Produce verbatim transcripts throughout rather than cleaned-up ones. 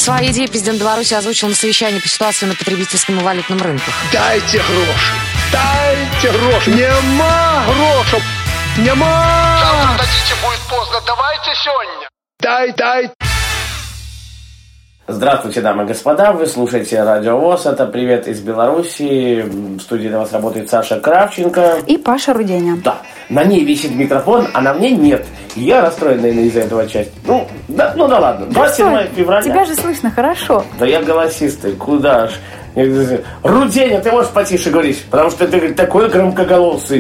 Свои идеи президент Беларуси озвучил на совещании по ситуации на потребительском и валютном рынках. Дайте гроши, дайте гроши, нема грошей, нема. Завтра дадите, будет поздно, давайте сегодня. Дай, дай. Здравствуйте, дамы и господа, вы слушаете Радио ВОС, это «Привет из Беларуси», в студии для вас работает Саша Кравченко. И Паша Руденя. Да, на ней висит микрофон, а на мне нет. И я расстроен, наверное, из-за этого части. Ну, да, ну да ладно, двадцать седьмого февраля. Тебя же слышно хорошо. Да я голосистый, куда ж. Руденя, ты можешь потише говорить, потому что ты такой громкоголосый.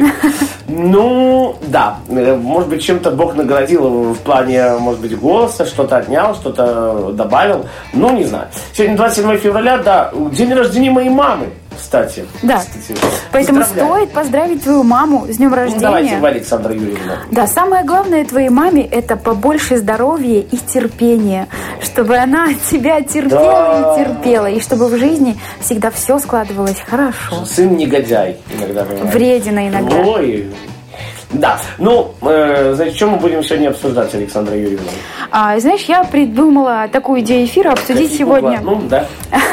Ну, да, может быть, чем-то Бог наградил в плане, может быть, голоса, что-то отнял, что-то добавил. Ну, не знаю. Сегодня двадцать седьмого февраля, да, день рождения моей мамы, кстати. Да, кстати, поэтому стоит поздравить твою маму с днем рождения. Ну, давайте, Александра Юрьевна. Да, самое главное твоей маме – это побольше здоровья и терпения, чтобы она тебя терпела, да, и терпела, и чтобы в жизни всегда все складывалось хорошо. Сын негодяй иногда бывает. Вредина иногда. Ой. Да, ну, э, значит, что мы будем сегодня обсуждать, Александра Юрьевна? А, знаешь, я придумала такую идею эфира обсудить Кофейку сегодня. Ну, да.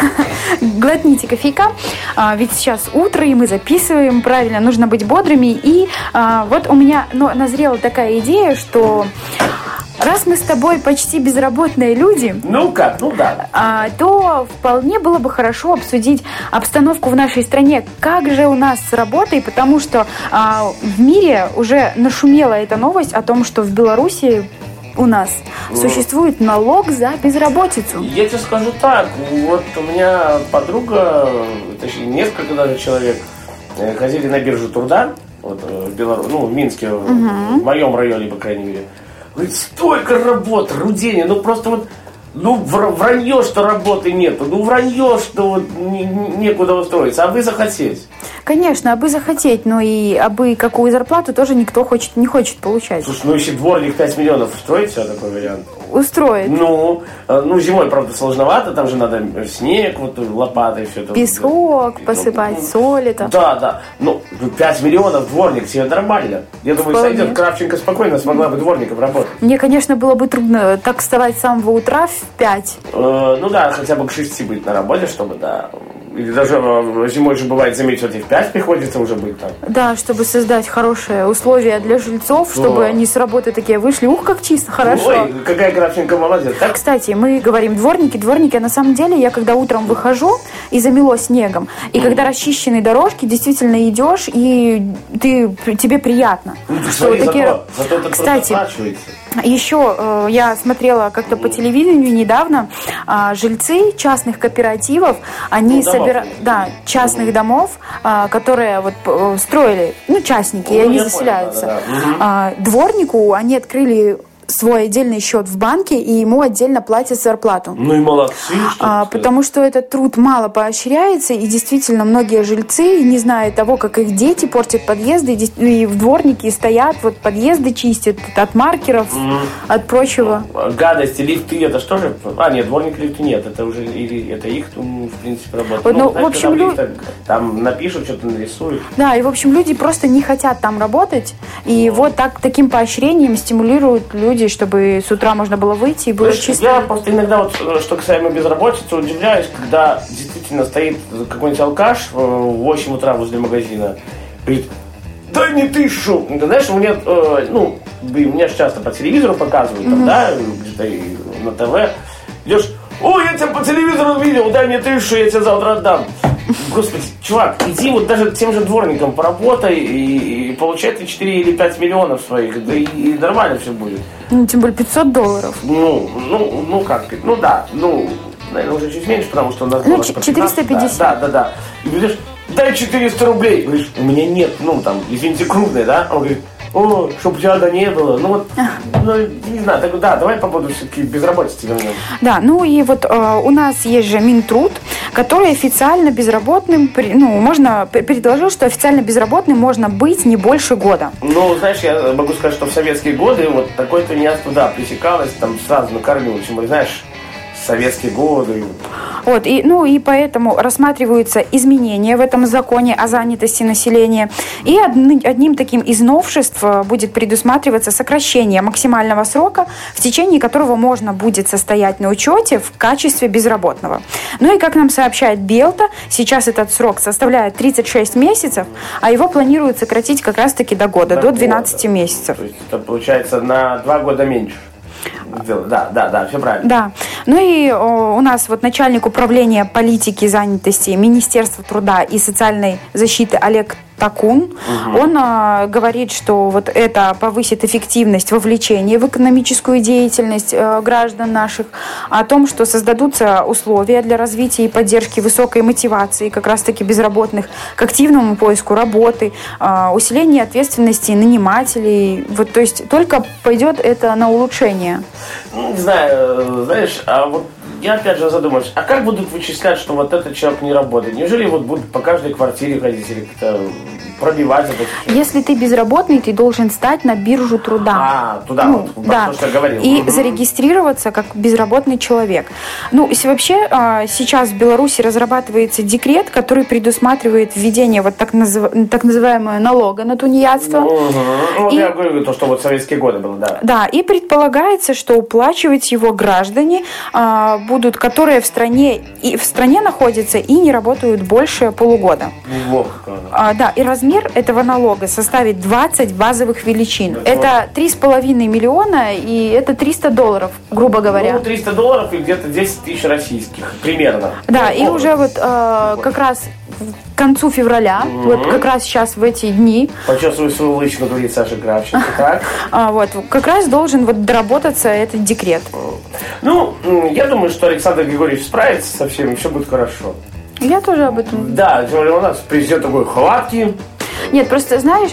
Глотните кофейка, а, ведь сейчас утро, и мы записываем, правильно, нужно быть бодрыми. И а, вот у меня ну, назрела такая идея, что раз мы с тобой почти безработные люди, ну как, ну да, а, то вполне было бы хорошо обсудить обстановку в нашей стране, как же у нас с работой, потому что а, в мире уже нашумела эта новость о том, что в Беларуси у нас mm. существует налог за безработицу. Я тебе скажу так, вот у меня подруга, точнее несколько даже человек, ходили на биржу труда, вот в Беларуси, ну в Минске, mm-hmm. в моем районе, по крайней мере. Говорит, столько работ, Руденя, ну просто вот, ну вранье, что работы нету, ну вранье, что вот не, некуда устроиться, а вы захотеть. Конечно, абы захотеть, но и абы какую зарплату тоже никто хочет, не хочет получать. Слушай, ну если дворник пять миллионов устроить, все такой вариант. Устроит. Ну, ну, зимой, правда, сложновато, там же надо снег, вот лопатой все это. Песок ну, посыпать, ну, соль это. Да, да. Ну, пять миллионов дворник, себе нормально. Я думаю, вполне. Сойдет, Кравченко спокойно смогла бы дворником работать. Мне, конечно, было бы трудно так вставать с самого утра в пять. Э, ну да, хотя бы к шести быть на работе, чтобы, да. Или даже зимой же бывает, заметить, вот и в пять приходится уже быть там. Да, чтобы создать хорошие условия для жильцов, чтобы О. они с работы такие вышли. Ух, как чисто, хорошо. Ой, какая Кравченко молодец. Так? Кстати, мы говорим дворники, дворники, а на самом деле я когда утром выхожу и замело снегом, и mm. когда расчищены дорожки, действительно идешь, и ты, тебе приятно. Ну, ты смотри, что такие... зато, зато это Кстати, еще э, я смотрела как-то по телевидению недавно, э, жильцы частных кооперативов, они ну, собирают, да, частных mm. домов, э, которые вот э, строили, ну, частники, ну, и они заселяются. Понял, да, да. Э, дворнику они открыли свой отдельный счет в банке, и ему отдельно платят зарплату. Ну и молодцы. А, потому что этот труд мало поощряется, и действительно многие жильцы, не зная того, как их дети портят подъезды, и в дворнике стоят, вот подъезды чистят от маркеров, mm. от прочего. Гадости, лифты, это что же? А, нет, дворник лифты нет, это уже, или это их, в принципе, работа. Вот, ну, ну, знаешь, в общем, там, лю... лифт, там напишут, что-то нарисуют. Да, и, в общем, люди просто не хотят там работать, и mm. вот так, таким поощрением стимулируют люди, чтобы с утра можно было выйти и было Слушай, чисто. Я просто иногда, вот, что касаемо безработицы, удивляюсь, когда действительно стоит какой-нибудь алкаш в восемь утра возле магазина, говорит, дай мне тысячу. Знаешь, у меня, э, ну, меня же часто по телевизору показывают, там, mm-hmm. да, где-то и на ТВ. Идешь, ой, я тебя по телевизору видел, дай мне тысячу, я тебе завтра отдам. Господи, чувак, иди вот даже тем же дворником поработай и, и получай ты четыре или пять миллионов своих, да и, и нормально все будет. Ну, тем более пятьсот долларов. Ну, ну, ну как, ну да, ну, наверное, уже чуть меньше, потому что у нас... Ну, четыреста пятьдесят. Да, да, да. И говоришь, дай четыреста рублей. Говоришь, у меня нет, ну, там, извините, крупные, да? Он говорит, о, чтоб тебя не было. Ну вот, ну, не знаю, так, да, давай по поводу все-таки безработицы вернем. Да, ну и вот э, у нас есть же Минтруд, который официально безработным, ну, можно, предложил, что официально безработным можно быть не больше года. Ну, знаешь, я могу сказать, что в советские годы вот такое-то неясно, да, пресекалось, там сразу на корню, почему, знаешь, советские годы. Вот, и, ну и поэтому рассматриваются изменения в этом законе о занятости населения. И одни, одним таким из новшеств будет предусматриваться сокращение максимального срока, в течение которого можно будет состоять на учете в качестве безработного. Ну и, как нам сообщает Белта, сейчас этот срок составляет тридцать шесть месяцев, а его планируют сократить как раз-таки до года, до, до двенадцати года. Месяцев. То есть это получается на два года меньше. Да, да, да, все правильно. Да. Ну и о, у нас вот начальник управления политики занятости Министерства труда и социальной защиты Олег Такун, угу. он э, говорит, что вот это повысит эффективность вовлечения в экономическую деятельность э, граждан наших, о том, что создадутся условия для развития и поддержки высокой мотивации как раз-таки безработных к активному поиску работы, э, усиление ответственности нанимателей. Вот, то есть только пойдет это на улучшение. Ну, не знаю, знаешь, а вот я опять же задумаюсь, а как будут вычислять, что вот этот человек не работает? Неужели вот будут по каждой квартире ходить или как-то пробивать это? Если ты безработный, ты должен стать на биржу труда. А, туда ну, вот, да. то, что я говорил. И угу. зарегистрироваться как безработный человек. Ну, если вообще сейчас в Беларуси разрабатывается декрет, который предусматривает введение вот так, назыв... так называемого налога на тунеядство. Угу. Ну, и... я говорю, то, что вот в советские годы было, да. Да, и предполагается, что уплачивать его граждане а, будут, которые в стране, и в стране находятся и не работают больше полугода. Вот. А, да, и размер этого налога составит двадцать базовых величин. Это, это три с половиной миллиона, и это триста долларов, грубо говоря. Ну, триста долларов и где-то десять тысяч российских, примерно. Да, ну, и уже вот э, как раз к концу февраля, mm-hmm. вот как раз сейчас в эти дни. Почувствую свою лычку, говорит Саша Кравченко, так? А, вот, как раз должен вот доработаться этот декрет. Ну, я думаю, что Александр Григорьевич справится со всем, и все будет хорошо. Я тоже об этом. Да, тем более у нас президент такой хваткий. Нет, просто, знаешь,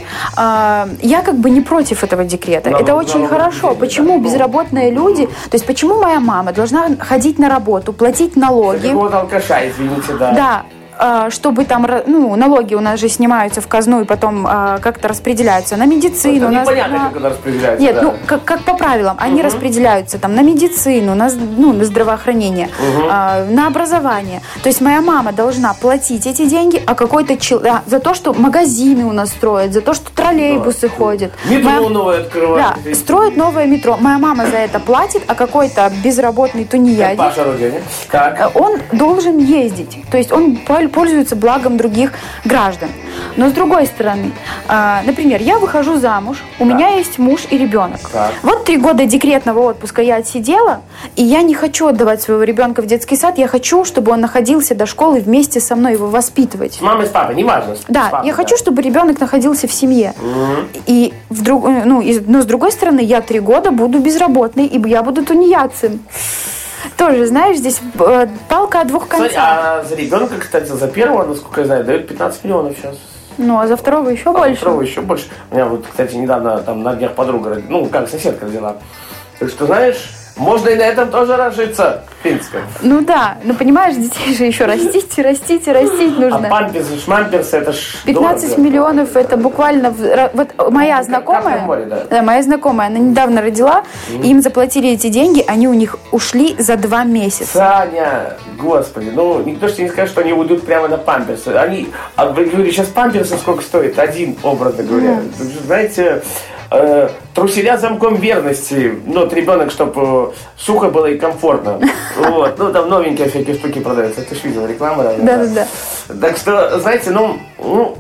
я как бы не против этого декрета. Налог, это очень хорошо. деньги, почему да. безработные люди... То есть, почему моя мама должна ходить на работу, платить налоги... Какого-то алкаша, извините, да. Да. Чтобы там, ну, налоги у нас же снимаются в казну и потом а, как-то распределяются на медицину. Это на, непонятно, на... как это распределяется. Нет, да. ну, как, как по правилам. Они угу. распределяются там на медицину, на, ну, на здравоохранение, угу. а, на образование. То есть моя мама должна платить эти деньги, а какой-то чел... а, за то, что магазины у нас строят, за то, что троллейбусы да. ходят. Метро моя... новое открывают. Да, строят новое метро. Моя мама за это платит, а какой-то безработный тунеядец, Паша Родине. Так. он должен ездить. То есть он пользуется благом других граждан. Но с другой стороны, э, например, я выхожу замуж, у да. меня есть муж и ребенок. Так. Вот три года декретного отпуска я отсидела, и я не хочу отдавать своего ребенка в детский сад, я хочу, чтобы он находился до школы вместе со мной, его воспитывать. С мамой, с папой, неважно. Да, папой, я да. хочу, чтобы ребенок находился в семье. Угу. И вдруг, ну, и, но с другой стороны, я три года буду безработной, и я буду тунеядцем. Тоже, знаешь, здесь э, палка о двух концах. Кстати, а за ребенка, кстати, за первого, насколько я знаю, дают пятнадцать миллионов сейчас. Ну, а за второго еще а больше. За второго еще больше. У меня вот, кстати, недавно там на днях подруга родила, ну, как соседка родила. Так что, знаешь, можно и на этом тоже разжиться, в принципе. Ну да, но понимаешь, детей же еще растить, растить, растить нужно. А памперсы, шмамперсы, это ж пятнадцать дорого. Миллионов, это буквально... Вот моя знакомая, море, да. Да, моя знакомая, она недавно родила, mm-hmm. им заплатили эти деньги, они у них ушли за два месяца. Саня, господи, ну, никто же тебе не скажет, что они уйдут прямо на памперсы. Они, а вы говорите, сейчас памперсы сколько стоит? Один, образно говоря. Mm-hmm. Знаете... Э, труселя замком верности. Ну, вот ребенок, чтобы сухо было и комфортно. Вот. Ну, там новенькие всякие штуки продаются. Ты ж видел рекламу, да? Да, да, да. Так что, знаете, ну, ну,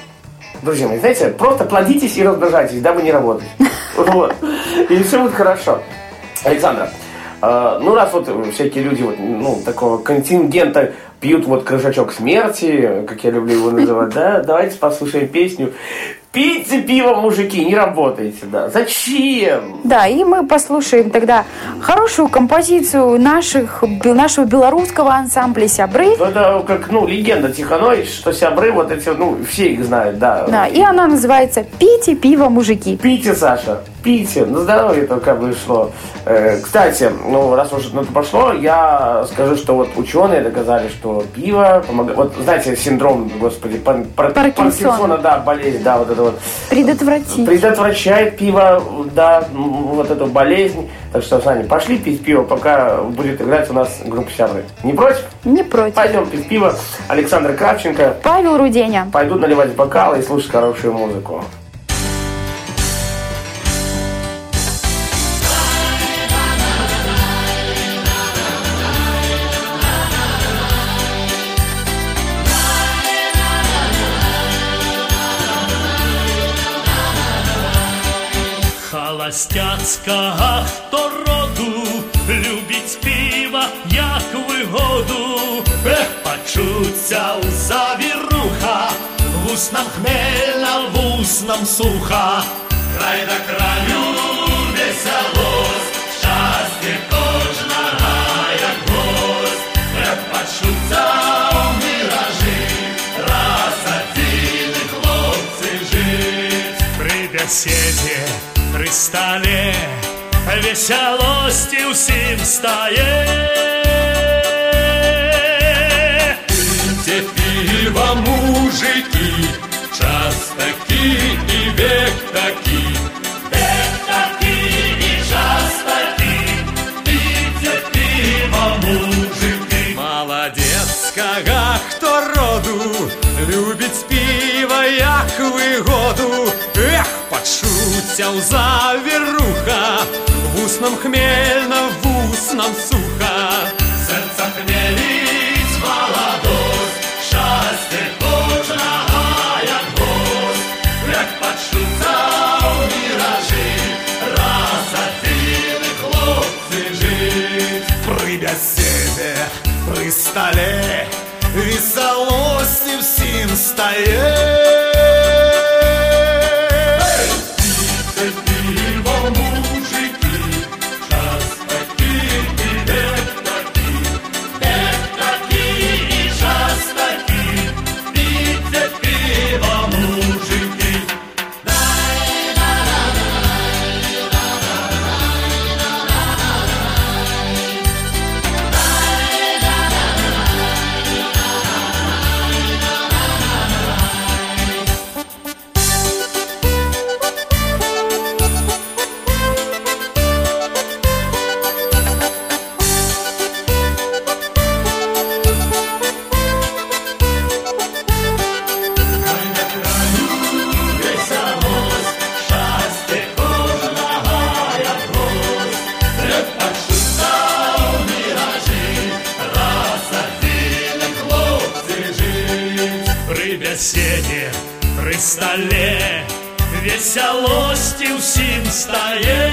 друзья мои, знаете, просто плодитесь и размножайтесь, дабы не работать. Вот. И все будет хорошо. Александра, э, ну, раз вот всякие люди вот, ну, такого контингента пьют вот крыжачок смерти, как я люблю его называть, да, давайте послушаем песню. Пейте пиво, мужики, не работайте, да. Зачем? Да, и мы послушаем тогда хорошую композицию наших, нашего белорусского ансамбля «Сябры». Это как, ну, легенда Тихонович, что «Сябры», вот эти, ну, все их знают, да. Да, и она называется «Пейте пиво, мужики». Пейте, Саша, пейте, на здоровье это как бы шло. Э, кстати, ну, раз уж на это пошло, я скажу, что вот ученые доказали, что пиво помогает. Вот, знаете, синдром, господи, пар, пар, Паркинсона. Паркинсона, да, болезнь, да, вот это вот. Предотвратить. Предотвращает пиво, да, вот эту болезнь. Так что, Саня, пошли пить пиво, пока будет играть у нас группа «Сябры». Не против? Не против. Пойдем пить пиво. Александр Кравченко. Павел Руденя. Пойдут наливать бокалы и слушать хорошую музыку. Холостяцького хто роду любить пиво, як вигоду. Ех, почуться у завіруха, в уснам хмельна, в уснам суха. Край до краю веселость, щастя кожного як гость. Ех, почуться у міражі, раз один хлопці жить. При бесіді, при столе веселости усім стає. Пейте пиво, мужики, час такий і век такий. Век такий і час такий. Пейте пиво, мужики. Молодецького хто роду любить пиво, як вигоду. Эх, почуться у завіруха, в уснам хмельно, в уснам суха. Серце хмелить молодость, щастя кожного як гость. Як почуться у міражі, раз один хлопці жить. При бесіді, при столі веселості всім стає. При столе веселости усім стає.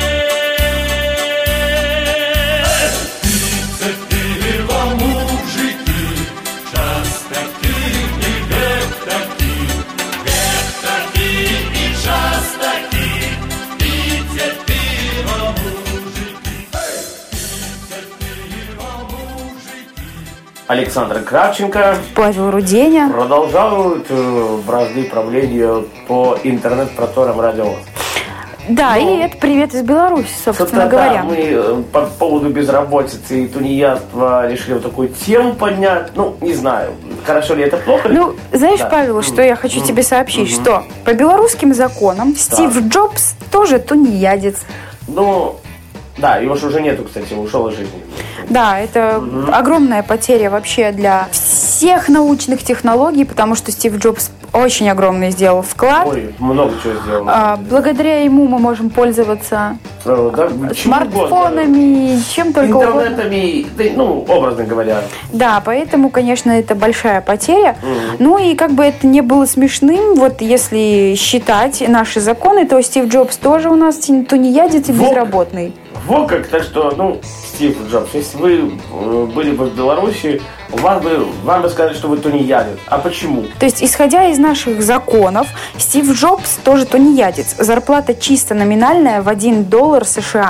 Пейте пиво, мужики, час такий і век такий. Век такий і час такий. Пейте пиво, мужики. Пейте пиво, мужики. Александр Кравченко. Павел Руденя. Продолжают э, бразды правления по интернет-проторам радио. Да, Ну, и это привет из Беларуси, собственно Собственно, говоря. да, мы э, по поводу безработицы и тунеядства решили вот такую тему поднять. Ну, не знаю, хорошо ли это, плохо ли? Ну, знаешь, Да. Павел, что я хочу Мгм. тебе сообщить, Мгм. что по белорусским законам Стив Джобс тоже тунеядец. Ну, да, его же уже нету, кстати, ушел из жизни. Да, это огромная потеря вообще для всех научных технологий, потому что Стив Джобс очень огромный сделал вклад. Ой, много чего сделано. А, благодаря ему мы можем пользоваться Э, да, чему смартфонами, чем только угодно. угодно. Интернетами, да, ну, образно говоря. Да, поэтому, конечно, это большая потеря. Ну и как бы это не было смешным, вот если считать наши законы, то Стив Джобс тоже у нас тунеядец и Вот. безработный. Вот как, так что, ну, Стив Джобс, если вы э, были бы в Беларуси, вам бы, вам бы сказали, что вы тунеядец. А почему? То есть, исходя из наших законов, Стив Джобс тоже тунеядец. Зарплата чисто номинальная в один доллар США.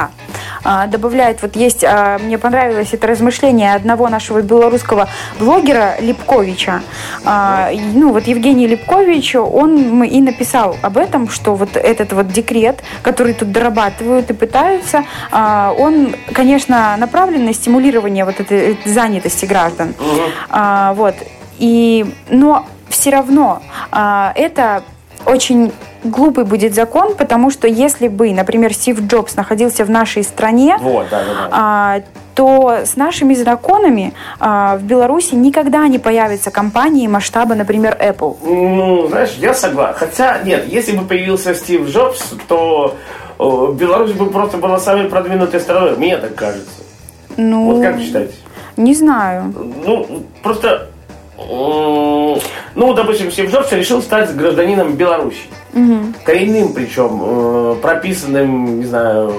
а, добавляет, вот есть, а, мне понравилось это размышление одного нашего белорусского блогера Липковича. А, ну, вот Евгений Липкович, он и написал об этом, что вот этот вот декрет, который тут дорабатывают и пытаются, а, он, конечно, направлен на стимулирование вот этой занятости граждан. Угу. А, вот. И, но все равно а, это очень глупый будет закон, потому что если бы, например, Стив Джобс находился в нашей стране, вот, да, да, да. А, то с нашими законами а, в Беларуси никогда не появятся компании масштаба, например, Apple. Ну, знаешь, я согласен. Хотя, нет, если бы появился Стив Джобс, то о, Беларусь бы просто была самой продвинутой страной, мне так кажется. Ну, вот как вы считаете? Не знаю. Ну, просто... Ну, допустим, Стив Джобс решил стать гражданином Беларуси. Угу. Коренным причем, прописанным, не знаю...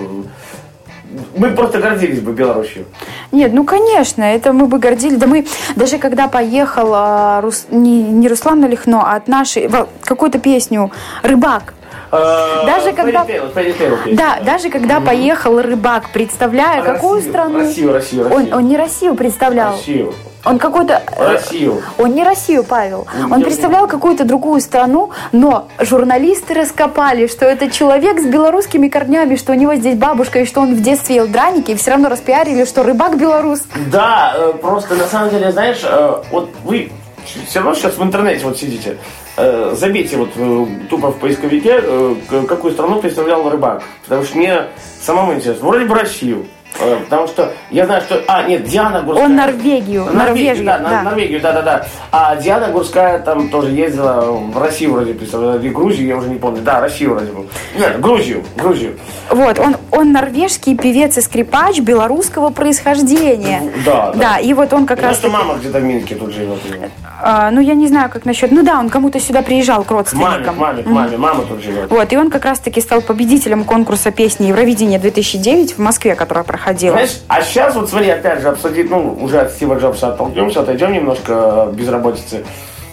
Мы просто гордились бы Беларусью. Нет, ну, конечно, это мы бы гордились. Да мы, даже когда поехал а, Рус, не, не Руслан Олехно, а от нашей... Какую-то песню «Рыбак». Даже когда, да, даже когда mm-hmm. поехал Рыбак, представляя, а какую Россию, страну... Россию, Россию, Россию. Он, он не Россию представлял. Россию. Он какой-то... Россию. Он не Россию, Павел. Он представлял какую-то другую страну, но журналисты раскопали, что это человек с белорусскими корнями, что у него здесь бабушка, и что он в детстве ел драники, и все равно распиарили, что Рыбак белорус. Да, просто на самом деле, знаешь, вот вы все равно сейчас в интернете вот сидите, забейте вот тупо в поисковике, какую страну представлял Рыбак. Потому что мне самому интересно. Вроде бы Россию. Потому что я знаю, что... А, нет, Диана Гурская... Он Норвегию. Норвегию, да, да. Норвегию, да-да-да. А Диана Гурская там тоже ездила в Россию вроде представляла, или Грузию, я уже не помню. Да, Россию вроде бы. Нет, Грузию, Грузию. Вот, он, он норвежский певец и скрипач белорусского происхождения. Да, да. Да, и вот он как Потому раз... что мама где-то в Минске тут живет. А, ну, я не знаю, как насчет... Ну да, он кому-то сюда приезжал, к родственникам. К маме, к маме, к маме. Мама тут живет. Вот, и он как раз-таки стал победителем конкурса песни Евровидения две тысячи девять в Москве, которая проходила. Знаешь, а сейчас вот смотри, опять же, обсудить, ну, уже от Стива Джобса оттолкнемся, отойдем немножко безработицы.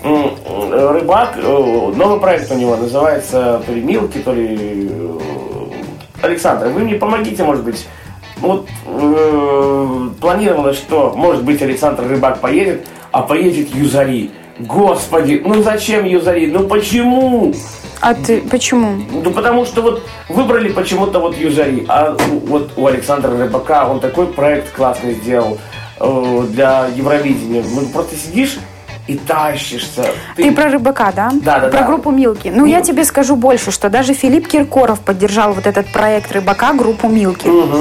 Рыбак, новый проект у него называется то ли Милки, то ли... Александр, вы мне помогите, может быть, вот э, планировалось, что, может быть, Александр Рыбак поедет, а поедет Юзари. Господи, ну зачем Юзари? Ну почему? А ты почему? Ну потому что вот выбрали почему-то вот Юзари, а вот у Александра Рыбака он такой проект классный сделал э, для Евровидения. Ну просто сидишь и тащишься. Ты, ты про Рыбака, да? Да, да, про да. группу Милки. Ну, Милки. Я тебе скажу больше, что даже Филипп Киркоров поддержал вот этот проект Рыбака, группу Милки. Угу.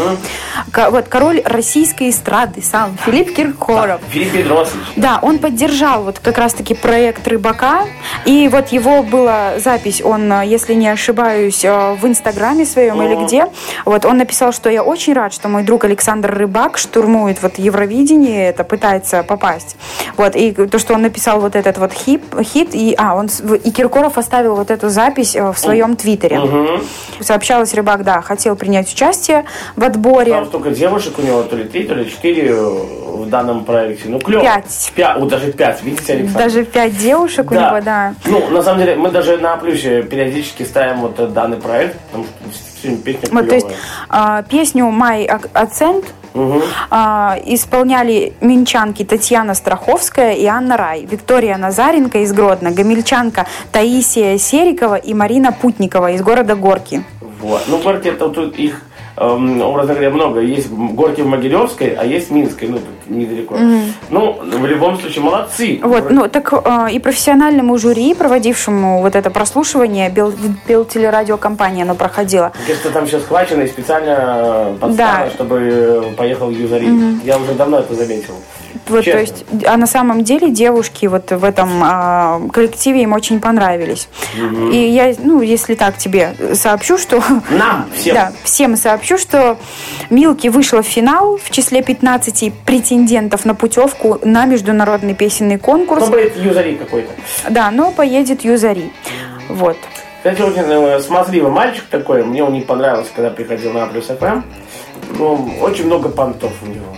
К- вот король российской эстрады сам, Филипп Киркоров. Да, Филипп Бедросович. Да, он поддержал вот как раз-таки проект Рыбака. И вот его была запись, он, если не ошибаюсь, в Инстаграме своем угу. или где. Вот он написал, что я очень рад, что мой друг Александр Рыбак штурмует вот Евровидение, это пытается попасть. Вот, и то, что он написал вот этот вот хит, хит и, а, он, и Киркоров оставил вот эту запись в своем твиттере. Угу. Сообщалось, Рыбак, да, хотел принять участие в отборе. Там столько девушек у него, то ли три, то ли четыре в данном проекте. Ну, клево. Пять. Пять, вот даже пять, видите, Александр? Даже пять девушек да. у него, да. Ну, на самом деле, мы даже на плюсе периодически ставим вот данный проект, потому что песня клевая. Вот, то есть, а, песню «My Accent» Угу. А, исполняли минчанки Татьяна Страховская и Анна Рай, Виктория Назаренко из Гродно, гомельчанка Таисия Серикова и Марина Путникова из города Горки. Вот. Ну, Горки, это тут их, эм, образно говоря, много. Есть Горки в Могилевской, а есть Минской, ну, тут недалеко. Угу. Ну, в любом случае, молодцы. Вот, ну, так э, и профессиональному жюри, проводившему вот это прослушивание, Бел, Белтелерадиокомпания, оно проходило. Мне кажется, там все схвачено и специально подставлено, да. чтобы поехал Юзари. Угу. Я уже давно это заметил. Вот, то есть, а на самом деле девушки вот в этом а, коллективе им очень понравились. Угу. И я, ну, если так тебе сообщу, что... Нам, всем. Да, всем сообщу, что Милки вышла в финал в числе пятнадцати претендентов на путевку на международный песенный конкурс. Но поедет Юзари какой-то. Да, но поедет Юзари. Вот. Кстати, очень смазливый мальчик такой. Мне он не понравился, когда приходил на Плюс эф эм. Ну, очень много понтов у него.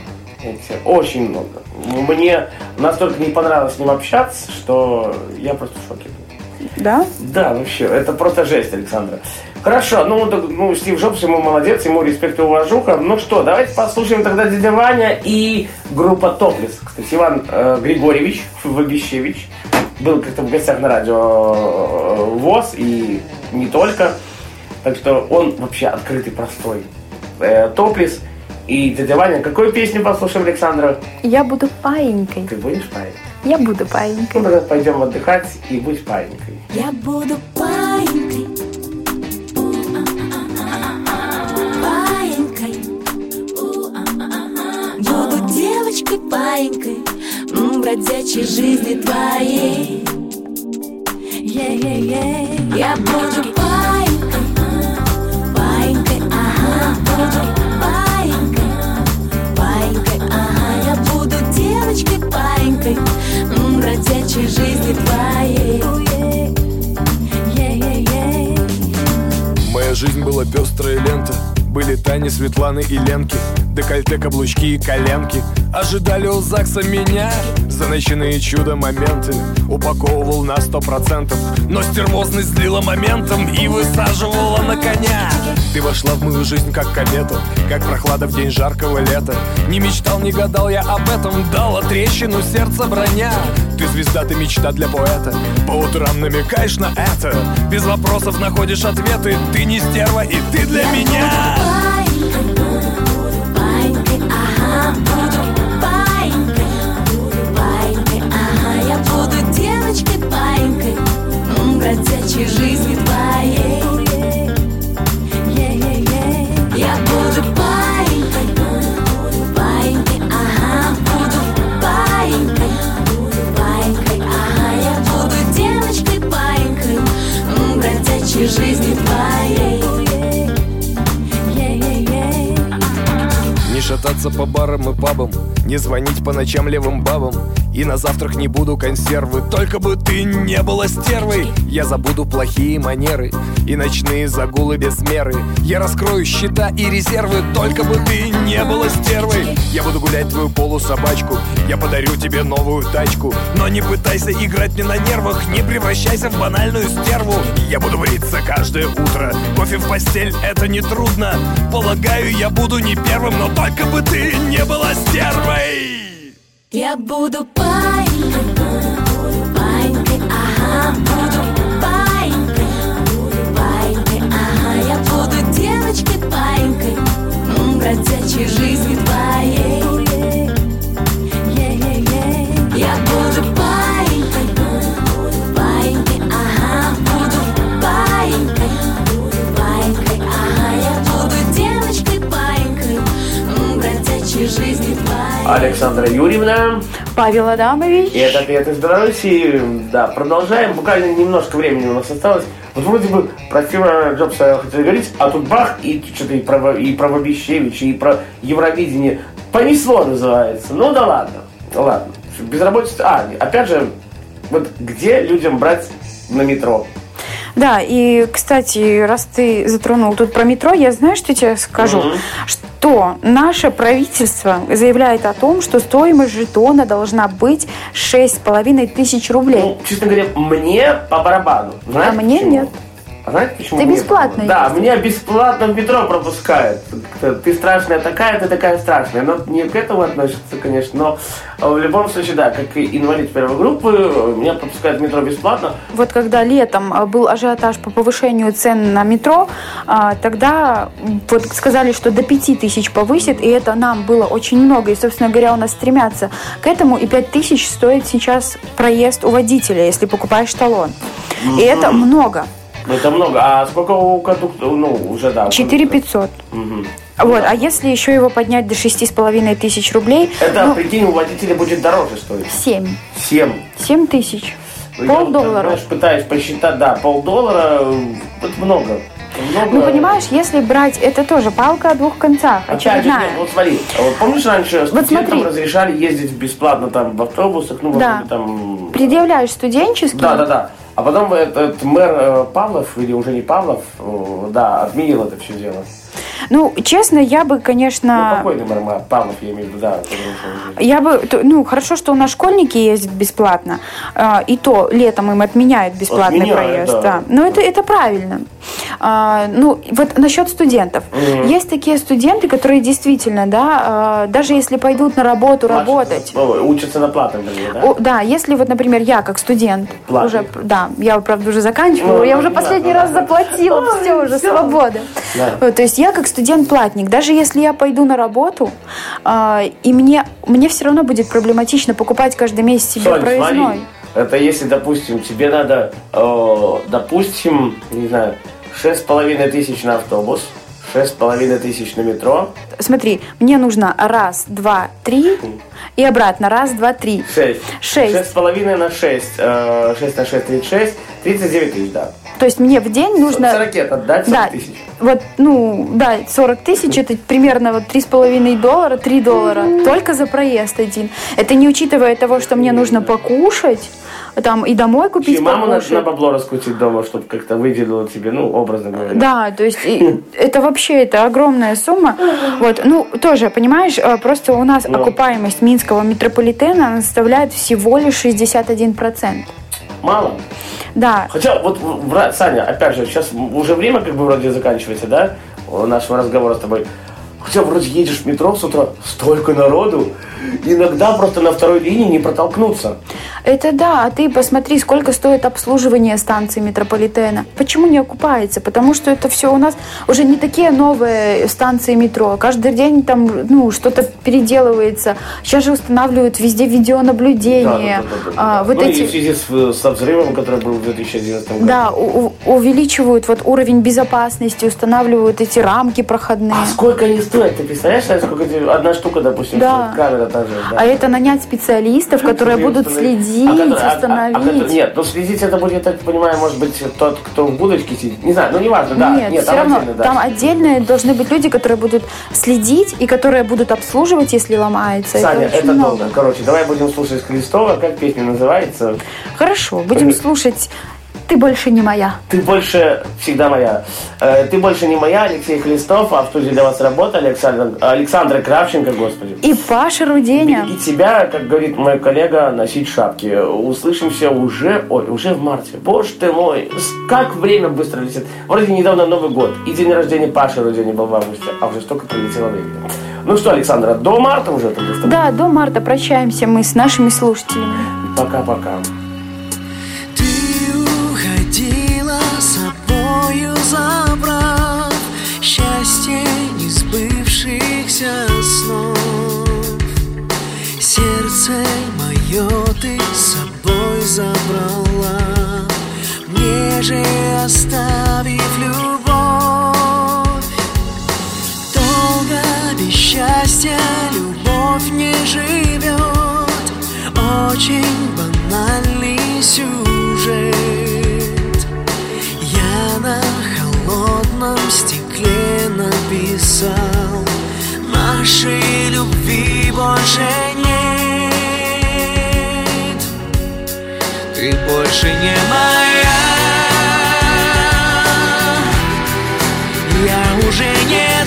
Очень много. Мне настолько не понравилось с ним общаться, что я просто в шоке был. Да? Да, вообще, это просто жесть, Александра. Хорошо, ну, ну Стив Джобс, ему молодец, ему респект и уважуха. Ну что, давайте послушаем тогда дядя Ваня и группа Топлес. Кстати, Иван э, Григорьевич Вагищевич был как-то в гостях на радио э, ВОС и не только. Так что он вообще открытый, простой. Э, Топлес и дядя Ваня. Какую песню послушаем, Александра? Я буду паинькой. Ты будешь паинькой? Я буду паинькой. Ну, тогда пойдем отдыхать и будь паинькой. Я буду паинькой. Паинькой, бродячей жизни твоей. Yeah-yeah-yeah. Я буду паинькой, паинькой, ага, буду паинькой, паинькой, ага. Я буду девочкой паинькой, бродячей жизни твоей. Yeah-yeah-yeah. Моя жизнь была пестрая лента. Были Тани, Светланы и Ленки. Декольте, каблучки и коленки. Ожидали у ЗАГСа меня за ночные чудо-моменты. Упаковывал на сто процентов, но стервозность злила моментом и высаживала на коня. Ты вошла в мою жизнь как комета, как прохлада в день жаркого лета. Не мечтал, не гадал я об этом, дала трещину сердца броня. Ты звезда, ты мечта для поэта. По утрам намекаешь на это, без вопросов находишь ответы. Ты не стерва, и ты для меня. Паинькой, ага, буду паинькой, паинькой, ага. Я буду девочкой паинькой, бродячей жизни твоей. Yeah-yeah-yeah. Я буду паинькой, паинькой, ага, буду паинькой, паинькой, ага. Я буду девочкой паинькой, бродячей жизни твоей. Не шататься по барам и пабам, не звонить по ночам левым бабам. И на завтрак не буду консервы, только бы ты не была стервой. Я забуду плохие манеры и ночные загулы без меры. Я раскрою счета и резервы, только бы ты не была стервой. Я буду гулять твою полусобачку, я подарю тебе новую тачку. Но не пытайся играть мне на нервах, не превращайся в банальную стерву. Я буду бриться каждое утро, кофе в постель это не трудно. Полагаю, я буду не первым, но только бы ты не была стервой. Я буду паинькой, паинькой, ага, буду паинькой, паинькой, ага. Я буду девочкой паинькой, бродячей жизни твоей. Yeah-yeah-yeah. Я буду паинькой, паинькой, ага, буду паинькой, паинькой, ага. Я буду девочкой паинькой, бродячей жизни твоей. Александра Юрьевна. Павел Адамович. И это «Ответ из Беларуси». Да, продолжаем. Буквально немножко времени у нас осталось. Вот вроде бы про Стива Джобса хотели говорить, а тут бах, и что-то и про, и про Вагищевича, и про Евровидение. Понесло, называется. Ну да ладно. Ладно. Безработица... А, опять же, вот где людям брать на метро? Да, и, кстати, раз ты затронул тут про метро, я знаю, что тебе скажу, mm-hmm. что наше правительство заявляет о том, что стоимость жетона должна быть шесть с половиной тысяч рублей. Ну, честно говоря, мне по барабану. Знаете, а мне почему? нет. А знаете, почему? Ты мне бесплатно Да, ездишь. меня бесплатно в метро пропускают. Ты страшная такая, ты такая страшная. Но не к этому относится, конечно, но в любом случае, да, как и инвалид первой группы, меня пропускают в метро бесплатно. Вот когда летом был ажиотаж по повышению цен на метро, тогда вот сказали, что до пяти тысяч повысит, и это нам было очень много. И, собственно говоря, у нас стремятся к этому, и пять тысяч стоит сейчас проезд у водителя, если покупаешь талон. Mm-hmm. И это много. Это много. А сколько у кондуктора? Ну, уже, да. четыре пятьсот. Угу. Вот, Да. а если еще его поднять до шести с половиной тысяч рублей... Это, ну, прикинь, у водителя будет дороже стоить. семь. Семь. Семь тысяч. Ну, Полдоллара. Я, знаешь, пытаюсь посчитать, да, полдоллара, это много. много. Ну, понимаешь, если брать, это тоже палка о двух концах, Опять же, очередная. нет, вот смотри, вот помнишь, раньше студентам смотри. разрешали ездить бесплатно там в автобусах, ну, Да. вот, там... Предъявляешь студенческий. Да, да, да. А потом этот мэр э, Павлов, или уже не Павлов, э, да, отменил это все дело. Ну, честно, я бы, конечно... Ну, покойный Мармар, Павлов, я имею в виду, да. Я бы... Ну, хорошо, что у нас школьники ездят бесплатно. И то летом им отменяют бесплатный Отменяют, проезд. да. Да. Но это, это правильно. А, ну, вот насчет студентов. Mm-hmm. Есть такие студенты, которые действительно, да, даже если пойдут на работу Младше, работать... Учатся на платном, да? О, да, если вот, например, я как студент... Платный. Уже, да, я, правда, уже заканчиваю, ну, я уже последний да, раз да, заплатила, да. все, уже все. Свобода. Да. То есть я как студент-платник, даже если я пойду на работу, э, и мне, мне все равно будет проблематично покупать каждый месяц себе Соль, проездной. Смотри, это если, допустим, тебе надо, э, допустим, не знаю, шесть с половиной тысяч на автобус, шесть с половиной тысяч на метро. Смотри, мне нужно раз, два, три и обратно. Раз, два, три. Шесть. Шесть. Шесть с половиной на шесть. Э, шесть на шесть, тридцать шесть. тридцать девять тысяч, да. То есть мне в день нужно... Ракет отдать сорок да, тысяч. Вот, ну, да, сорок тысяч, это примерно вот три с половиной доллара, три доллара. Только за проезд один. Это не учитывая того, что мне нужно покушать, там, и домой купить и маму покушать. надо на бабло раскрутить дома, чтобы как-то выделила тебе, ну, образно говоря. Да, то есть это вообще, это огромная сумма. Вот, ну, тоже, понимаешь, просто у нас ну. окупаемость Минского метрополитена она составляет всего лишь шестьдесят один процент. Мало? Да. Хотя, вот, Саня, опять же, сейчас уже время как бы вроде заканчивается, да, нашего разговора с тобой. Хотя вроде едешь в метро с утра, столько народу, иногда просто на второй линии не протолкнуться. Это да, а ты посмотри, сколько стоит обслуживание станции метрополитена. Почему не окупается? Потому что это все у нас уже не такие новые станции метро. Каждый день там ну, что-то переделывается. Сейчас же устанавливают везде видеонаблюдение. Да, да, да, да, а, да. Вот ну эти... и в связи с, со взрывом, который был в две тысячи одиннадцатом году. Да, у, увеличивают вот уровень безопасности, устанавливают эти рамки проходные. А сколько они стоят? Ты представляешь, сколько одна штука, допустим, да. камера та же. Да. А это нанять специалистов, которые будут следить, а который, установить. А, а, а, нет, ну следить это будет, я так понимаю, может быть, тот, кто в будочке сидит. Не знаю, ну неважно, да. Нет, нет все там равно, отдельно, да. там отдельные должны быть люди, которые будут следить и которые будут обслуживать, если ломается. Саня, это, это много. долго. Короче, давай будем слушать Хлестова, как песня называется. Хорошо, будем слушать «Ты больше не моя». Ты больше всегда моя. Ты больше не моя, Алексей Хлестов, а в студии для вас работали Александр, Александра Кравченко, господи. И Паша Руденя. И, и тебя, как говорит мой коллега, носить шапки. Услышимся уже, ой, уже в марте. Боже ты мой, как время быстро летит. Вроде недавно Новый год, и день рождения Паши Рудени был в августе, а уже столько пролетело времени. Ну что, Александра, до марта уже тогда с тобой? Да, до марта прощаемся мы с нашими слушателями. Пока-пока. Собою забрав счастье несбывшихся снов. Сердце мое ты с собой забрала, мне же оставив любовь. Долго без счастья любовь не живет, очень банальный сюжет. На холодном стекле написал: нашей любви больше нет. Ты больше не моя, я уже не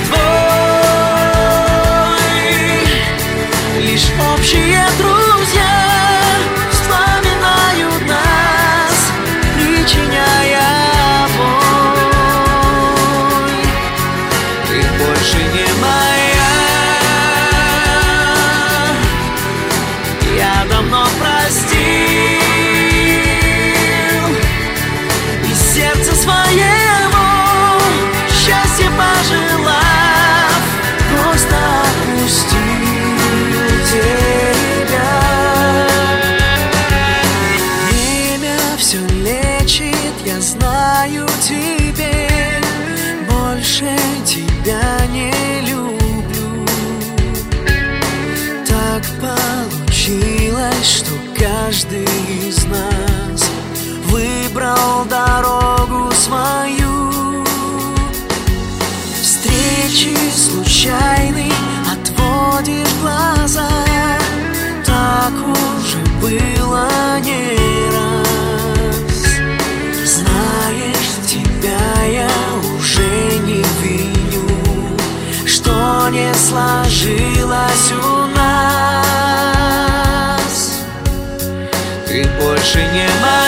твой, лишь общие друзья вспоминают нас, причиняя больше не моя. Я давно простил и сердце своему счастье пожелав, просто отпустил тебя. Время все лечит, я знаю теперь, больше тебя не люблю. Так получилось, что каждый из нас выбрал дорогу свою. Встречи случайные, отводишь глаза, так уже было не раз. Знаешь, тебя я уже не виню, ты больше не моя.